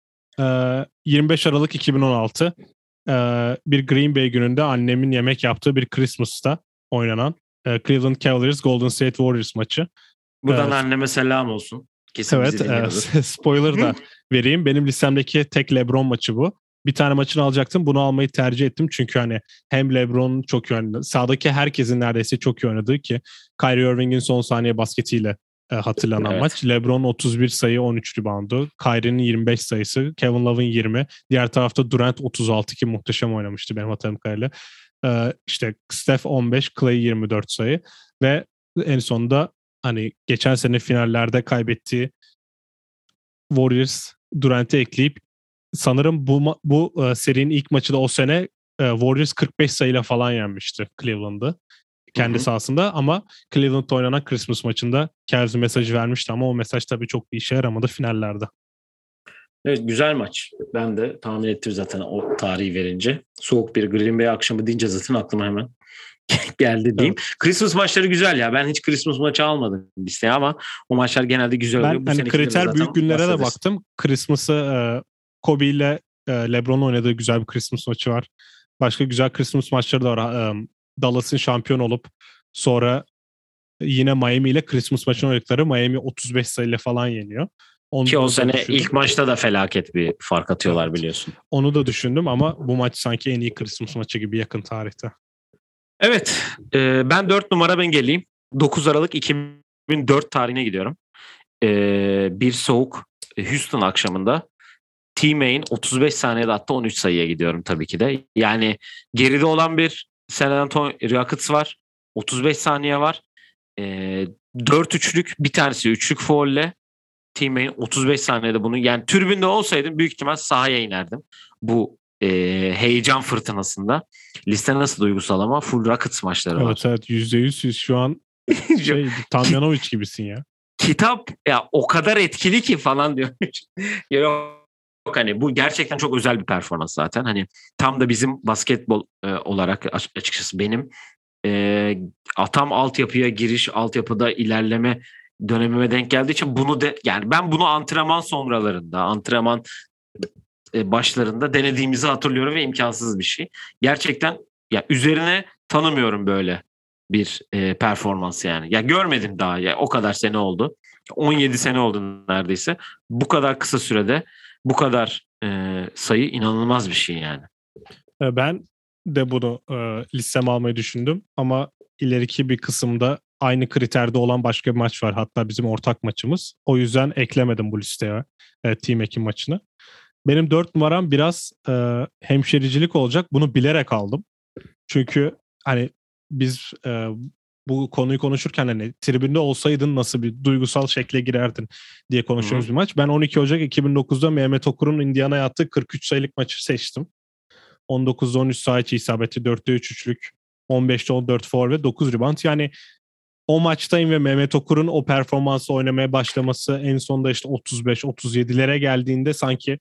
25 Aralık 2016. Bir Green Bay gününde annemin yemek yaptığı bir Christmas'ta oynanan Cleveland Cavaliers Golden State Warriors maçı. Buradan anneme selam olsun. Kesin evet, spoiler da vereyim. Benim listemdeki tek LeBron maçı bu. Bir tane maçını alacaktım. Bunu almayı tercih ettim. Çünkü hani hem LeBron çok iyi oynadı. Sahadaki herkesin neredeyse çok iyi oynadığı ki Kyrie Irving'in son saniye basketiyle hatırlanan evet. Maç. LeBron 31 sayı 13 reboundu. Kyrie'nin 25 sayısı. Kevin Love'ın 20. Diğer tarafta Durant 36 ki muhteşem oynamıştı benim hatırladığım kadarıyla. İşte Steph 15, Clay 24 sayı ve en sonunda hani geçen sene finallerde kaybettiği Warriors Durant'i ekleyip sanırım bu serinin ilk maçı da o sene Warriors 45 sayıyla falan yenmişti Cleveland'ı. Kendi sahasında ama Cleveland'da oynanan Christmas maçında Cavs mesajı vermişti ama o mesaj tabii çok bir işe yaramadı finallerde. Evet, güzel maç. Ben de tahmin ettim zaten o tarihi verince. Soğuk bir Green Bay akşamı deyince zaten aklıma hemen geldi diyeyim. Evet. Christmas maçları güzel ya. Ben hiç Christmas maçı almadım listeye ama o maçlar genelde güzel oluyor. Ben hani kriter büyük günlere de baktım. Christmas'ı Kobe ile LeBron'un oynadığı güzel bir Christmas maçı var. Başka güzel Christmas maçları da var. Dallas'ın şampiyon olup sonra yine Miami ile Christmas maçını oynadıkları Miami 35 sayıyla falan yeniyor. Onu ki o sene düşündüm. İlk maçta da felaket bir fark atıyorlar evet. Biliyorsun. Onu da düşündüm ama bu maç sanki en iyi Christmas maçı gibi yakın tarihte. Evet. Ben 4 numara ben geleyim. 9 Aralık 2004 tarihine gidiyorum. Bir soğuk Houston akşamında T-Main 35 saniyede attı 13 sayıya gidiyorum tabii ki de. Yani geride olan bir San Antonio Rockets var. 35 saniye var. 4 üçlük, bir tanesi üçlük faulle. Teammate'in 35 saniyede bunu, yani tribünde olsaydım büyük ihtimal sahaya inerdim. Bu heyecan fırtınasında. Liste nasıl duygusal ama full Rockets maçları var. Evet %100 şu an Tamjanovic gibisin ya. Kitap ya o kadar etkili ki falan diyor. Yok hani bu gerçekten çok özel bir performans zaten. Hani tam da bizim basketbol olarak açıkçası benim tam altyapıya giriş, altyapıda ilerleme dönemime denk geldiği için bunu yani ben bunu antrenman sonralarında, antrenman başlarında denediğimizi hatırlıyorum ve imkansız bir şey. Gerçekten ya üzerine tanımıyorum böyle bir performans yani. Ya görmedim daha ya, o kadar sene oldu. 17 sene oldu neredeyse. Bu kadar kısa sürede bu kadar sayı inanılmaz bir şey yani. Ben de bunu listeme almayı düşündüm ama ileriki bir kısımda aynı kriterde olan başka bir maç var. Hatta bizim ortak maçımız. O yüzden eklemedim bu listeye Team Ekim maçını. Benim 4 numaram biraz hemşericilik olacak. Bunu bilerek aldım. Çünkü hani biz bu konuyu konuşurken hani tribünde olsaydın nasıl bir duygusal şekle girerdin diye konuştuğumuz bir maç. Ben 12 Ocak 2009'da Mehmet Okur'un Indiana'ya attığı 43 sayılık maçı seçtim. 19'da 13 saha içi isabeti, 4'te 3 üçlük, 15'te 14 faul ve 9 rebound. Yani o maçtayım ve Mehmet Okur'un o performansı oynamaya başlaması en sonunda işte 35-37'lere geldiğinde sanki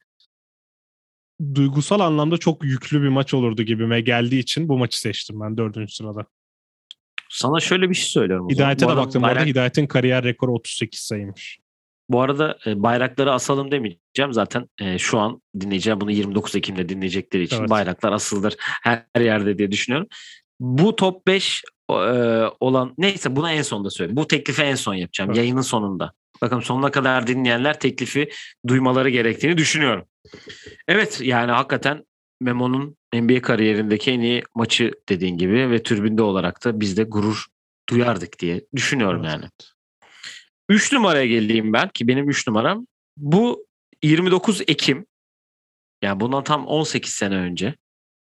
duygusal anlamda çok yüklü bir maç olurdu gibime geldiği için bu maçı seçtim ben 4. sırada. Sana şöyle bir şey söylüyorum. Hidayet'e de baktım. Bu arada Hidayet'in kariyer rekoru 38 sayıymış. Bu arada bayrakları asalım demeyeceğim. Zaten şu an dinleyeceğim bunu 29 Ekim'de dinleyecekleri için bayraklar asıldır her yerde diye düşünüyorum. Bu top 5 olan neyse bunu en sonda söyleyeyim. Bu teklifi en son yapacağım yayının sonunda. Bakın sonuna kadar dinleyenler teklifi duymaları gerektiğini düşünüyorum. Evet yani hakikaten Memo'nun NBA kariyerindeki en iyi maçı dediğin gibi ve tribünde olarak da biz de gurur duyardık diye düşünüyorum yani. 3 numaraya geleyim ben ki benim 3 numaram. Bu 29 Ekim yani bundan tam 18 sene önce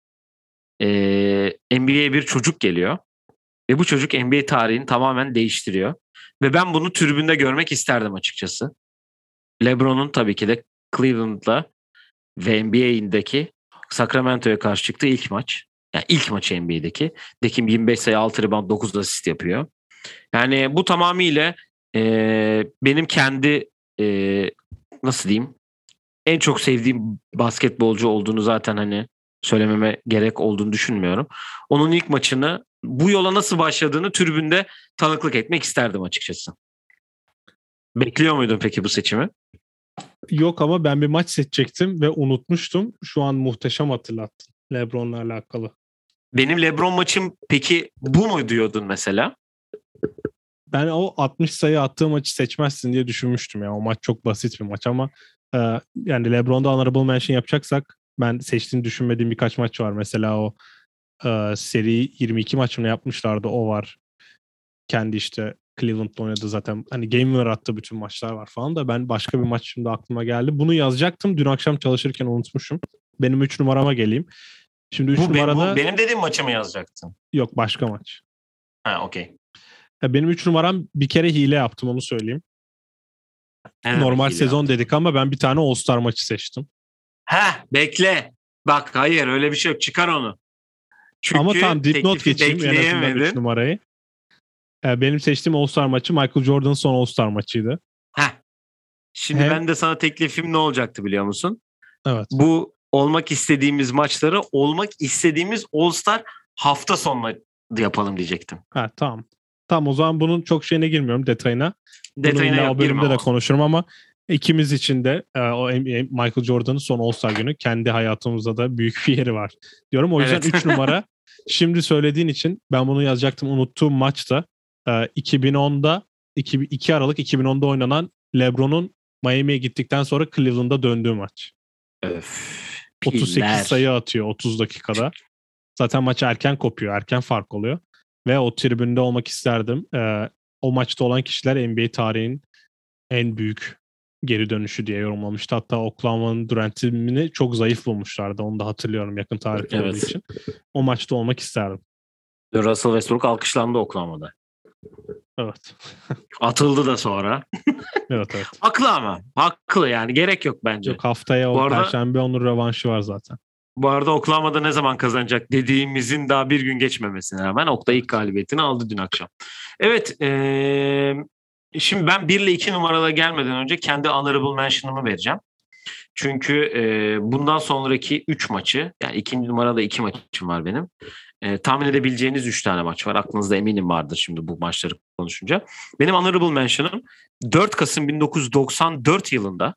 NBA'ye bir çocuk geliyor. Ve bu çocuk NBA tarihini tamamen değiştiriyor. Ve ben bunu tribünde görmek isterdim açıkçası. LeBron'un tabii ki de Cleveland'la ve NBA'indeki Sacramento'ya karşı çıktığı ilk maç. Yani ilk maçı NBA'deki. Dekim 25 sayı 6 rebound 9 asist yapıyor. Yani bu tamamıyla benim kendi nasıl diyeyim en çok sevdiğim basketbolcu olduğunu zaten hani söylememe gerek olduğunu düşünmüyorum. Onun ilk maçını bu yola nasıl başladığını tribünde tanıklık etmek isterdim açıkçası. Bekliyor muydun peki bu seçimi? Yok ama ben bir maç seçecektim ve unutmuştum. Şu an muhteşem hatırlattın LeBron'la alakalı. Benim LeBron maçım peki bu mu diyordun mesela? Ben o 60 sayı attığı maçı seçmezsin diye düşünmüştüm ya. O maç çok basit bir maç ama yani LeBron'da honorable mention yapacaksak ben seçtiğini düşünmediğim birkaç maç var. Mesela o seri 22 maçını yapmışlardı. O var. Kendi işte Cleveland'da oynadı zaten. Hani game winner attığı bütün maçlar var falan da ben başka bir maç şimdi aklıma geldi. Bunu yazacaktım. Dün akşam çalışırken unutmuşum. Benim 3 numarama geleyim. Şimdi 3 numarada... Bu benim dediğim maçı mı yazacaktın? Yok başka maç. Ha okey. Benim 3 numaram bir kere hile yaptım onu söyleyeyim. Normal sezon yaptım dedik ama ben bir tane All-Star maçı seçtim. Bekle. Bak hayır öyle bir şey yok. Çıkar onu. Çünkü ama tamam dipnot geçeyim en azından 3 numarayı. Benim seçtiğim All-Star maçı Michael Jordan'ın son All-Star maçıydı. Şimdi ben de sana teklifim ne olacaktı biliyor musun? Evet. Bu olmak istediğimiz maçları olmak istediğimiz All-Star hafta sonuna yapalım diyecektim. Tamam. Tamam o zaman bunun çok şeyine girmiyorum detayına. Detayına o bölümde de konuşurum ama ikimiz için de o Michael Jordan'ın son All-Star günü kendi hayatımızda da büyük bir yeri var diyorum. O yüzden 3 numara şimdi söylediğin için ben bunu yazacaktım. Unuttuğum maçta 2010'da 2 Aralık 2010'da oynanan LeBron'un Miami'ye gittikten sonra Cleveland'a döndüğü maç. 38 sayı atıyor 30 dakikada. Zaten maç erken kopuyor. Erken fark oluyor. Ve o tribünde olmak isterdim. O maçta olan kişiler NBA tarihinin en büyük geri dönüşü diye yorumlamıştı. Hatta Oklahoma'nın Durant'ini çok zayıf bulmuşlardı. Onu da hatırlıyorum yakın tarihte olduğu için. O maçta olmak isterdim. Russell Westbrook alkışlandı Oklahoma'da. Evet. Atıldı da sonra. Evet. Haklı ama. Haklı yani. Gerek yok bence. Yok, haftaya o Perşembe onun rövanşı var zaten. Bu arada Oklahoma'da ne zaman kazanacak dediğimizin daha bir gün geçmemesine rağmen Oktay ilk galibiyetini aldı dün akşam. Evet. Şimdi ben 1 ile 2 numaralara gelmeden önce kendi honorable mention'ımı vereceğim. Çünkü bundan sonraki 3 maçı, yani 2. numarada 2 maçım var benim. Tahmin edebileceğiniz 3 tane maç var. Aklınızda eminim vardır şimdi bu maçları konuşunca. Benim honorable mention'ım 4 Kasım 1994 yılında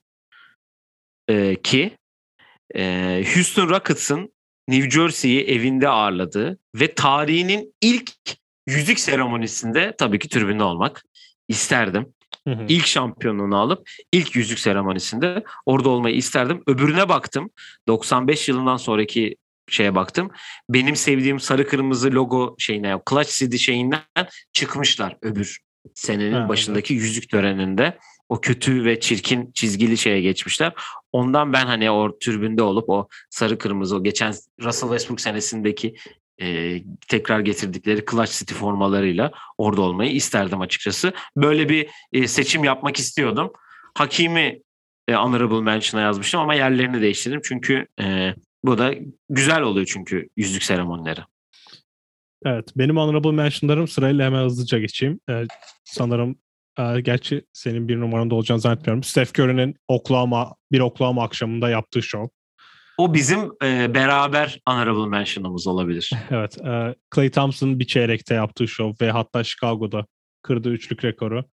ki Houston Rockets'ın New Jersey'yi evinde ağırladığı ve tarihinin ilk yüzük seremonisinde tabii ki tribünde olmak isterdim. İlk şampiyonluğunu alıp ilk yüzük seremonisinde orada olmayı isterdim. Öbürüne baktım. 95 yılından sonraki şeye baktım. Benim sevdiğim sarı kırmızı logo şeyine, Clutch CD şeyinden çıkmışlar öbür senenin başındaki yüzük töreninde. O kötü ve çirkin çizgili şeye geçmişler. Ondan ben hani o tribünde olup o sarı kırmızı, o geçen Russell Westbrook senesindeki tekrar getirdikleri Clutch City formalarıyla orada olmayı isterdim açıkçası. Böyle bir seçim yapmak istiyordum. Hakimi honorable mention'a yazmıştım ama yerlerini değiştirdim. Çünkü bu da güzel oluyor çünkü yüzük seremonileri. Evet, benim honorable mention'larım sırayla hemen hızlıca geçeyim. Sanırım gerçi senin bir numaranda olacağını zannetmiyorum. Steph Curry'nin Oklahoma akşamında yaptığı şov. O bizim beraber honorable mention'ımız olabilir. Evet. Klay Thompson'ın bir çeyrekte yaptığı şov ve hatta Chicago'da kırdığı üçlük rekoru.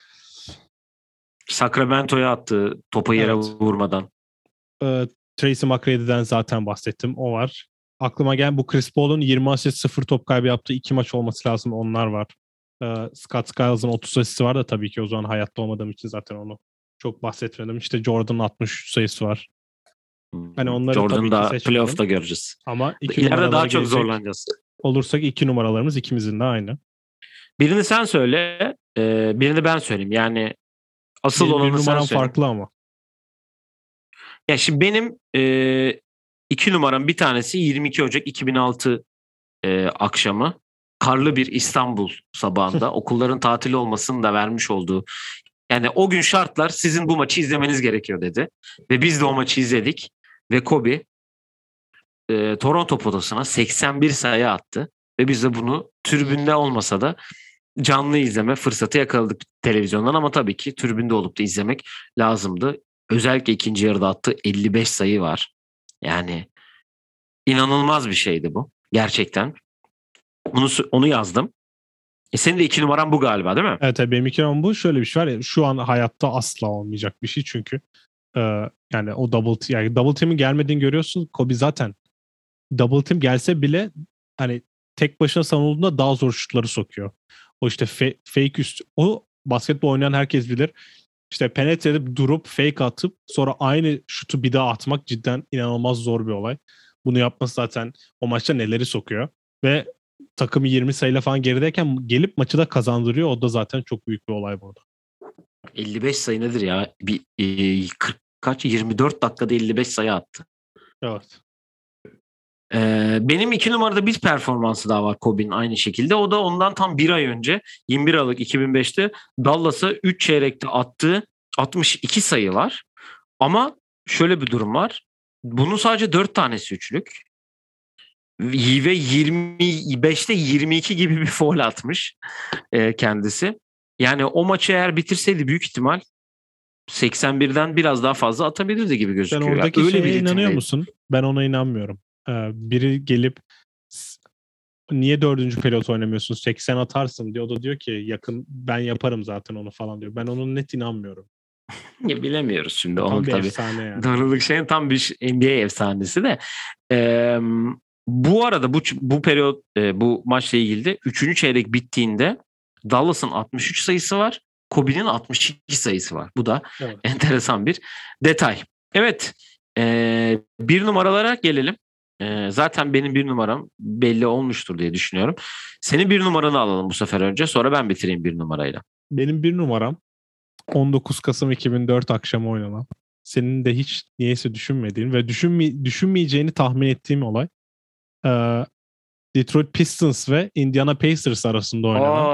Sacramento'ya attığı topu yere vurmadan. Tracy McGrady'den zaten bahsettim. O var. Aklıma gelen bu Chris Paul'un 20 asist 0 top kaybı yaptığı 2 maç olması lazım. Onlar var. Scott Skills'ın 30 asisti var da tabii ki o zaman hayatta olmadığım için zaten onu çok bahsetmedim. İşte Jordan'ın 63 sayısı var. Hani onları Jordan'ı da seçmedim. playoff'ta göreceğiz. Ama İleride daha çok zorlanacağız. Olursak 2 numaralarımız ikimizin de aynı. Birini sen söyle, birini ben söyleyeyim. Yani asıl benim olanı bir sen numaram söyle. farklı ama. Ya şimdi benim 2 numaram bir tanesi 22 Ocak 2006 akşamı. Karlı bir İstanbul sabahında okulların tatil olmasını da vermiş olduğu. Yani o gün şartlar sizin bu maçı izlemeniz gerekiyor dedi. Ve biz de o maçı izledik. Ve Kobe Toronto potasına 81 sayı attı. Ve biz de bunu tribünde olmasa da canlı izleme fırsatı yakaladık televizyondan. Ama tabii ki tribünde olup da izlemek lazımdı. Özellikle ikinci yarıda attığı 55 sayı var. Yani inanılmaz bir şeydi bu. Gerçekten. Onu yazdım. Senin de 2 numaran bu galiba değil mi? Evet, benim 2 numaram bu. Şöyle bir şey var ya, şu an hayatta asla olmayacak bir şey çünkü yani o double team'in gelmediğini görüyorsun. Kobe zaten double team gelse bile hani tek başına savunulduğunda daha zor şutları sokuyor. O işte fake üst. O basketbol oynayan herkes bilir. İşte penetre edip durup fake atıp sonra aynı şutu bir daha atmak cidden inanılmaz zor bir olay. Bunu yapması zaten o maçta neleri sokuyor. Ve takımı 20 sayıyla falan gerideyken gelip maçı da kazandırıyor. O da zaten çok büyük bir olay burada. 55 sayı nedir ya? 24 dakikada 55 sayı attı. Evet. Benim 2 numarada bir performansı daha var Kobe'nin aynı şekilde. O da ondan tam bir ay önce 21 Aralık 2005'te Dallas'a 3 çeyrekte attığı 62 sayı var. Ama şöyle bir durum var. Bunun sadece 4 tanesi üçlük. Ve 25'te 22 gibi bir foul atmış kendisi. Yani o maçı eğer bitirseydi büyük ihtimal 81'den biraz daha fazla atabilirdi gibi gözüküyor. Sen oradaki öyle şeye bir inanıyor musun? Ben ona inanmıyorum. Biri gelip niye 4. periyot oynamıyorsun? 80 atarsın diyor. O da diyor ki yakın ben yaparım zaten onu falan diyor. Ben ona net inanmıyorum. Ya bilemiyoruz şimdi. Tam Onun bir tabii efsane yani. Donald şeyin tam bir NBA efsanesi de. Bu arada bu periyot bu maçla ilgili de 3. çeyrek bittiğinde Dallas'ın 63 sayısı var. Kobe'nin 62 sayısı var. Bu da enteresan bir detay. Evet. Bir numaralara gelelim. Zaten benim bir numaram belli olmuştur diye düşünüyorum. Senin bir numaranı alalım bu sefer önce. Sonra ben bitireyim bir numarayla. Benim bir numaram 19 Kasım 2004 akşamı oynanan. Senin de hiç niyeyse düşünmediğin ve düşünmeyeceğini tahmin ettiğim olay. Detroit Pistons ve Indiana Pacers arasında oynanan.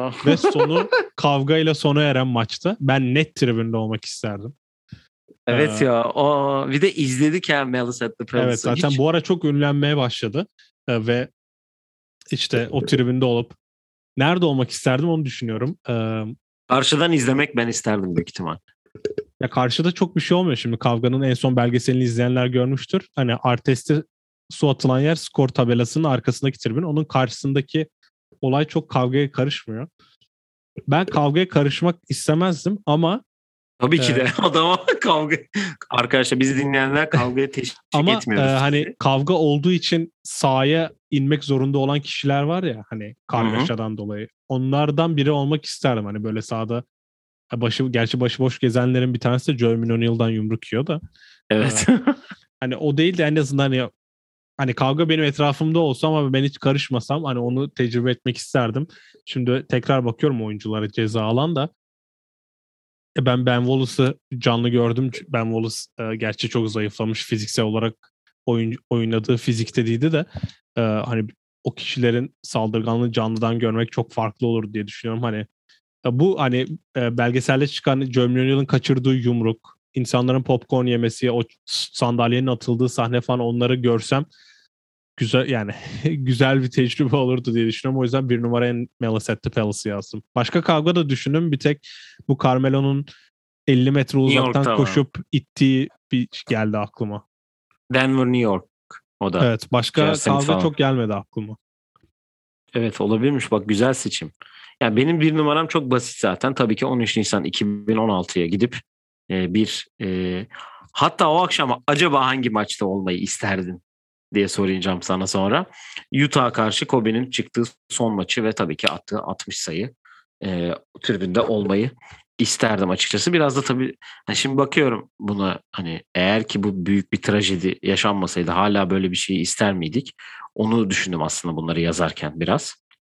ve sonu kavgayla sona eren maçta ben net tribünde olmak isterdim. Evet ya. Bir de izledik ya Malice at the Palace'ı. Evet, zaten bu ara çok ünlenmeye başladı. Ve işte o tribünde olup nerede olmak isterdim onu düşünüyorum. Karşıdan izlemek ben isterdim büyük ihtimal. Ya karşıda çok bir şey olmuyor şimdi. Kavganın en son belgeselini izleyenler görmüştür. Hani Artest'e su atılan yer skor tabelasının arkasındaki tribün. Onun karşısındaki olay çok kavgaya karışmıyor. Ben kavgaya karışmak istemezdim ama Tabii ki de adama kavga. Arkadaşlar bizi dinleyenler kavgaya teşvik etmiyoruz. Hani kavga olduğu için sahaya inmek zorunda olan kişiler var ya hani kargaşadan dolayı. Onlardan biri olmak isterdim hani böyle sahada gerçi başıboş gezenlerin bir tanesi de Jermaine O'Neal'dan yumruk yiyor da. Evet. Hani o değil de en azından hani kavga benim etrafımda olsa ama ben hiç karışmasam hani onu tecrübe etmek isterdim. Şimdi tekrar bakıyorum oyunculara ceza alan da ben Wallace'ı canlı gördüm. Ben Wallace gerçi çok zayıflamış fiziksel olarak oynadığı fizikte değildi de hani o kişilerin saldırganlığı canlıdan görmek çok farklı olur diye düşünüyorum. Hani bu hani belgeselde çıkan Jermaine O'Neal'ın kaçırdığı yumruk, insanların popcorn yemesi, o sandalyenin atıldığı sahne falan onları görsem güzel yani güzel bir tecrübe olurdu diye düşünüyorum. O yüzden bir numaraya Malice at the Palace yazdım. Başka kavga da düşündüm. Bir tek bu Carmelo'nun 50 metre uzaktan koşup ittiği bir geldi aklıma. Denver, New York o da. Evet, başka kavga çok gelmedi aklıma. Evet, olabilirmiş. Bak, güzel seçim. Yani benim bir numaram çok basit zaten. Tabii ki 13 Nisan 2016'ya gidip hatta o akşam acaba hangi maçta olmayı isterdin diye soracağım sana sonra. Utah'a karşı Kobe'nin çıktığı son maçı ve tabii ki attığı 60 sayı tribünde olmayı isterdim açıkçası. Biraz da tabii şimdi bakıyorum buna, hani eğer ki bu büyük bir trajedi yaşanmasaydı hala böyle bir şeyi ister miydik? Onu düşündüm aslında bunları yazarken biraz.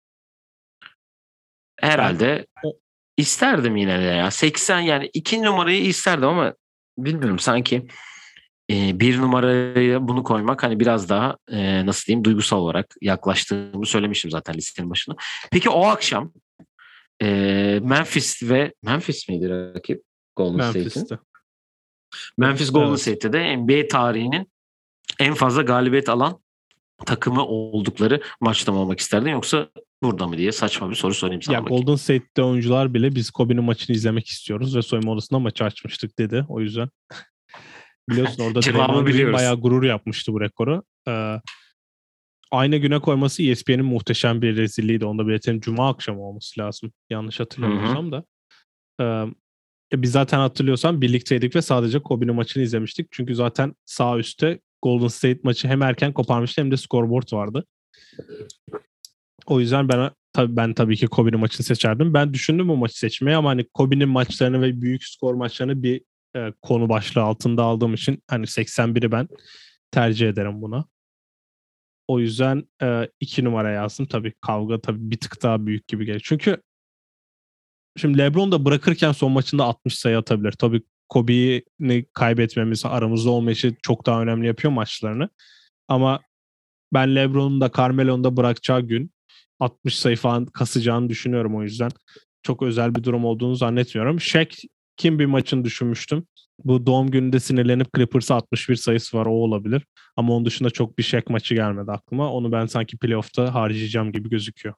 Herhalde isterdim yine de ya. 80 yani 2 numarayı isterdim ama bilmiyorum, sanki bir numaraya bunu koymak hani biraz daha nasıl diyeyim, duygusal olarak yaklaştığımı söylemiştim zaten listenin başında. Peki o akşam Memphis miydi rakip Golden State'in? Memphis Golden State'te de NBA tarihinin en fazla galibiyet alan takımı oldukları maçta mı olmak isterdin, yoksa burada mı diye saçma bir soru sorayım sana. Ya Golden State'te oyuncular bile biz Kobe'nin maçını izlemek istiyoruz ve soyunma odasında maçı açmıştık dedi. O yüzden biliyorsun orada Draymond Green bayağı gurur yapmıştı bu rekoru. Aynı güne koyması ESPN'in muhteşem bir rezilliğiydi. Onu da belirtelim. Cuma akşamı olması lazım. Yanlış hatırlamıyorsam da. Biz zaten hatırlıyorsan birlikteydik ve sadece Kobe'nin maçını izlemiştik. Çünkü zaten sağ üstte Golden State maçı hem erken koparmıştı hem de scoreboard vardı. O yüzden ben tabii ki Kobe'nin maçını seçerdim. Ben düşündüm bu maçı seçmeyi ama hani Kobe'nin maçlarını ve büyük skor maçlarını bir konu başlığı altında aldığım için hani 81'i ben tercih ederim buna. O yüzden 2 numara yazdım. Tabii kavga tabii bir tık daha büyük gibi geliyor. Çünkü şimdi LeBron da bırakırken son maçında 60 sayı atabilir. Tabii Kobe'yi kaybetmemiz, aramızda olmayışı çok daha önemli yapıyor maçlarını. Ama ben LeBron'un da Carmelo'nun da bırakacağı gün 60 sayı falan kasacağını düşünüyorum o yüzden. Çok özel bir durum olduğunu zannetmiyorum. Shaq kim bir maçını düşünmüştüm. Bu doğum gününde sinirlenip Clippers'a 61 sayısı var, o olabilir. Ama onun dışında çok bir Shaq maçı gelmedi aklıma. Onu ben sanki playoff'ta harcayacağım gibi gözüküyor.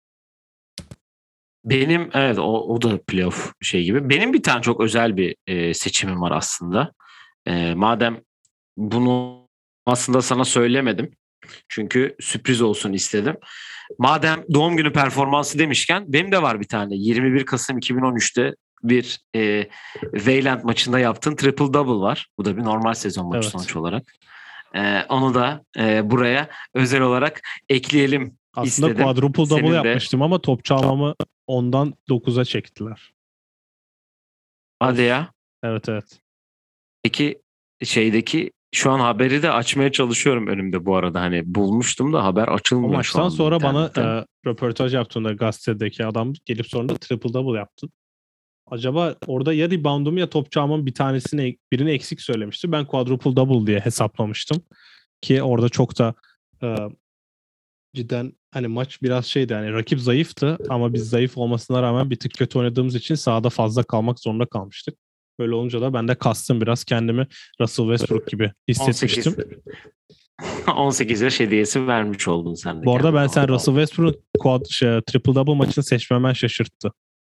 Benim evet o da playoff şey gibi. Benim bir tane çok özel bir seçimim var aslında. Madem bunu aslında sana söylemedim. Çünkü sürpriz olsun istedim. Madem doğum günü performansı demişken benim de var bir tane. 21 Kasım 2013'te bir Wayland maçında yaptığın triple double var. Bu da bir normal sezon maçı sonuç olarak. Onu da buraya özel olarak ekleyelim aslında istedim. Aslında quadruple double yapmıştım ama top çalmamı ondan 9'a çektiler. Hadi ya. Evet. Peki şu an haberi de açmaya çalışıyorum önümde bu arada. Hani bulmuştum da haber açılmıyor şu an. O maçtan sonra internette. bana röportaj yaptığında gazetedeki adam gelip sonra triple double yaptın. Acaba orada ya reboundum ya top çalmamın birini eksik söylemişti. Ben quadruple double diye hesaplamıştım. Ki orada çok da cidden hani maç biraz şeydi, hani rakip zayıftı ama biz zayıf olmasına rağmen bir tık kötü oynadığımız için sahada fazla kalmak zorunda kalmıştık. Böyle olunca da ben de kastım, biraz kendimi Russell Westbrook gibi hissetmiştim. 18 yaş hediyesi vermiş oldun sen de. Bu arada ben kendine. sen Russell Westbrook'un triple double maçını seçmemen şaşırttı.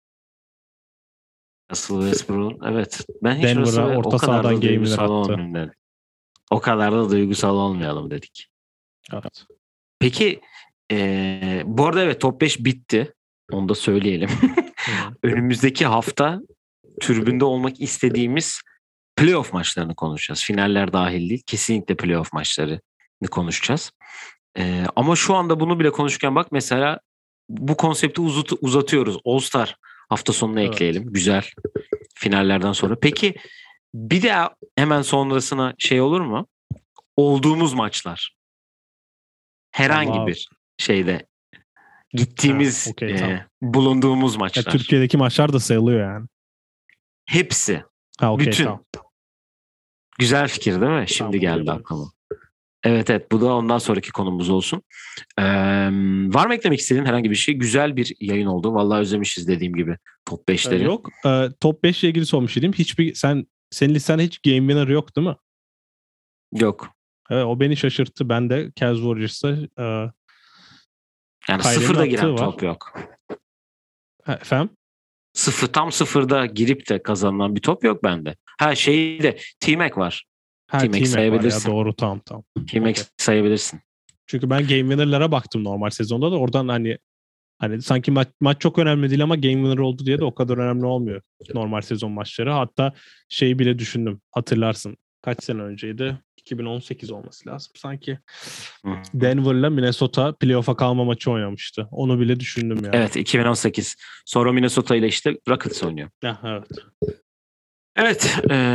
Russell Westbrook, evet. Ben hiç Denver'a Russell orta o kadar sahadan da game winner duygusal attı. olmayayım dedim. O kadar da duygusal olmayalım dedik. Evet. Peki bu arada evet, top 5 bitti. Onu da söyleyelim. Önümüzdeki hafta tribünde olmak istediğimiz playoff maçlarını konuşacağız. Finaller dahil değil. Kesinlikle playoff maçlarını konuşacağız. Ama şu anda bunu bile konuşurken bak mesela bu konsepti uzatıyoruz. All Star hafta sonuna ekleyelim. Güzel. Finallerden sonra. Peki bir de hemen sonrasına şey olur mu? Olduğumuz maçlar. Herhangi bir şeyde gittiğimiz, tamam. bulunduğumuz maçlar. Ya, Türkiye'deki maçlar da sayılıyor yani. Hepsi. Bütün. Tamam. Güzel fikir değil mi? Şimdi geldi aklıma. Evet, bu da ondan sonraki konumuz olsun. Var mı eklemek istediğin herhangi bir şey? Güzel bir yayın oldu. Vallahi özlemişiz dediğim gibi top 5'leri. Yok. Top 5 ile ilgili sormuş idim. Senin listende hiç game winner yok değil mi? Yok. Evet, o beni şaşırttı. Ben de Cavs Warriors'ta yani sıfırda giren top yok. Efendim? Tam sıfırda girip de kazanılan bir top yok bende. T-Mac var. T-Mac sayabilirsin. Ya, doğru, tamam. T-Mac sayabilirsin. Çünkü ben game winner'lara baktım normal sezonda da, oradan hani sanki maç çok önemli değil ama game winner oldu diye de o kadar önemli olmuyor normal sezon maçları. Hatta şeyi bile düşündüm. Hatırlarsın. Kaç sene önceydi? 2018 olması lazım. Sanki Denver'la Minnesota playoff'a kalma maçı oynamıştı. Onu bile düşündüm yani. Evet, 2018. Sonra Minnesota ile işte Rockets oynuyor. Evet. Evet.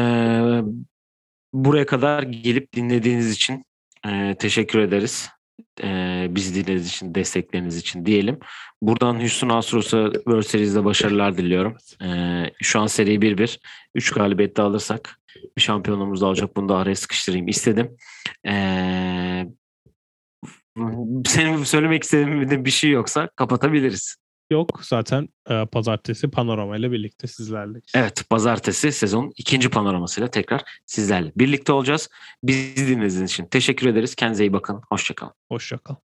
Buraya kadar gelip dinlediğiniz için teşekkür ederiz. Bizi dinlediğiniz için, destekleriniz için diyelim. Buradan Houston Astros'a World Series'de başarılar diliyorum. Şu an seri 1-1. 3 galibiyet de alırsak bir şampiyonluğumuz da olacak. Bunu da araya sıkıştırayım istedim. Senin söylemek istediğin bir şey yoksa kapatabiliriz. Yok, zaten pazartesi panorama ile birlikte sizlerleyiz. Evet, pazartesi sezonun 2. panoramasıyla tekrar sizlerle birlikte olacağız. Bizi dinlediğiniz için teşekkür ederiz. Kendinize iyi bakın. Hoşça kalın. Hoşça kalın.